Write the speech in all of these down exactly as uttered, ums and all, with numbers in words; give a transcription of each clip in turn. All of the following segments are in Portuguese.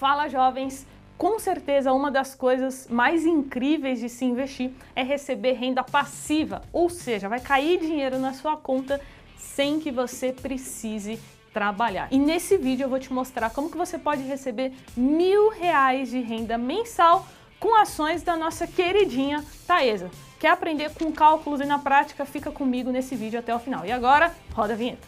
Fala, jovens! Com certeza, uma das coisas mais incríveis de se investir é receber renda passiva, ou seja, vai cair dinheiro na sua conta sem que você precise trabalhar. E nesse vídeo eu vou te mostrar como que você pode receber mil reais de renda mensal com ações da nossa queridinha Taesa. Quer aprender com cálculos e na prática? Fica comigo nesse vídeo até o final. E agora, roda a vinheta.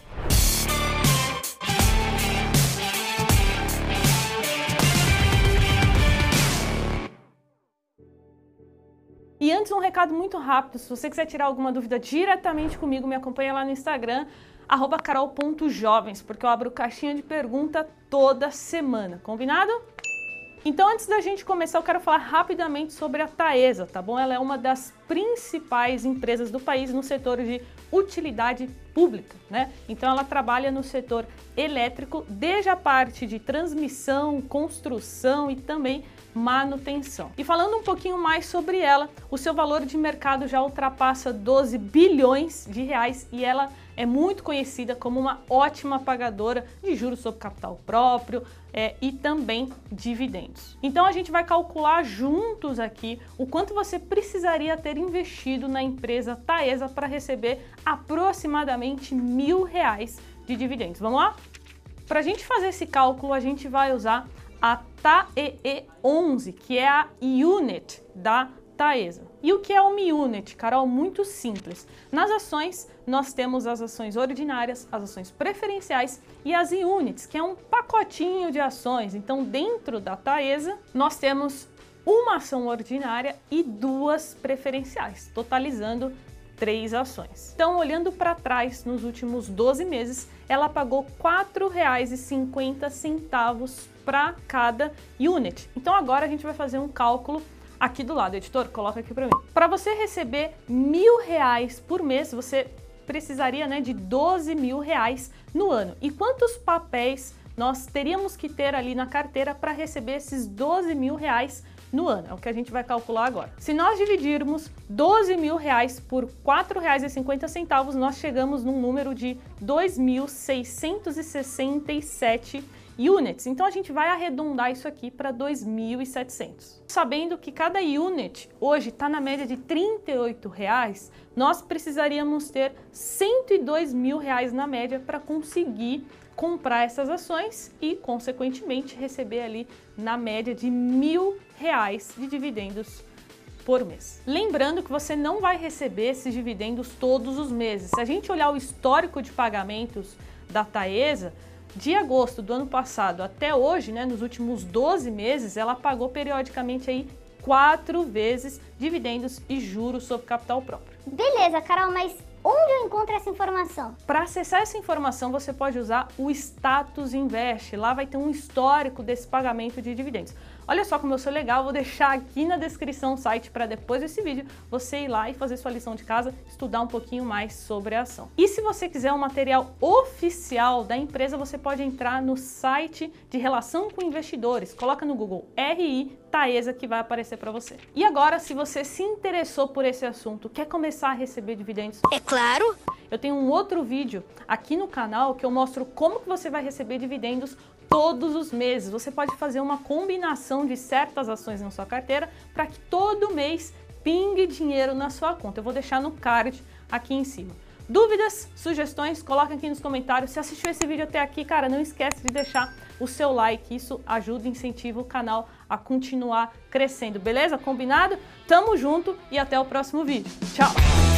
E antes, um recado muito rápido, se você quiser tirar alguma dúvida diretamente comigo, me acompanha lá no Instagram, arroba carol ponto jovens, porque eu abro caixinha de pergunta toda semana, combinado? Então, antes da gente começar, eu quero falar rapidamente sobre a Taesa, tá bom? Ela é uma das principais empresas do país no setor de utilidade pública, né? Então, ela trabalha no setor elétrico, desde a parte de transmissão, construção e também manutenção. E falando um pouquinho mais sobre ela, o seu valor de mercado já ultrapassa doze bilhões de reais e ela é muito conhecida como uma ótima pagadora de juros sobre capital próprio é, e também dividendos. Então a gente vai calcular juntos aqui o quanto você precisaria ter investido na empresa Taesa para receber aproximadamente mil reais de dividendos. Vamos lá? Para a gente fazer esse cálculo, a gente vai usar a T A E E onze, que é a unit da Taesa. E o que é uma unit, Carol? Muito simples. Nas ações, nós temos as ações ordinárias, as ações preferenciais e as units, que é um pacotinho de ações. Então, dentro da Taesa, nós temos uma ação ordinária e duas preferenciais, totalizando três ações. Então, olhando para trás, nos últimos doze meses, ela pagou quatro reais e cinquenta centavos para cada unit. Então, agora a gente vai fazer um cálculo aqui do lado. Editor, coloca aqui para mim. Para você receber mil reais por mês, você precisaria, né, de doze mil reais no ano. E quantos papéis nós teríamos que ter ali na carteira para receber esses doze mil reais no ano? É o que a gente vai calcular agora. Se nós dividirmos doze mil reais por quatro reais e cinquenta centavos, nós chegamos num número de dois mil seiscentos e sessenta e sete units. Então a gente vai arredondar isso aqui para dois mil e setecentos. Sabendo que cada unit hoje está na média de trinta e oito reais, nós precisaríamos ter cento e dois mil reais na média para conseguir comprar essas ações e, consequentemente, receber ali na média de mil reais de dividendos por mês. Lembrando que você não vai receber esses dividendos todos os meses. Se a gente olhar o histórico de pagamentos da Taesa, de agosto do ano passado até hoje, né, nos últimos doze meses, ela pagou periodicamente aí quatro vezes dividendos e juros sobre capital próprio. Beleza, Carol, mas onde eu encontro essa informação? Para acessar essa informação, você pode usar o Status Invest. Lá vai ter um histórico desse pagamento de dividendos. Olha só como eu sou legal, vou deixar aqui na descrição o site para depois desse vídeo você ir lá e fazer sua lição de casa, estudar um pouquinho mais sobre a ação. E se você quiser um material oficial da empresa, você pode entrar no site de relação com investidores. Coloca no Google R I Taesa que vai aparecer para você. E agora, se você se interessou por esse assunto, quer começar a receber dividendos? É claro! Eu tenho um outro vídeo aqui no canal que eu mostro como que você vai receber dividendos todos os meses. Você pode fazer uma combinação de certas ações na sua carteira para que todo mês pingue dinheiro na sua conta. Eu vou deixar no card aqui em cima. Dúvidas, sugestões, coloca aqui nos comentários. Se assistiu esse vídeo até aqui, cara, não esquece de deixar o seu like. Isso ajuda e incentiva o canal a continuar crescendo, beleza? Combinado? Tamo junto e até o próximo vídeo. Tchau!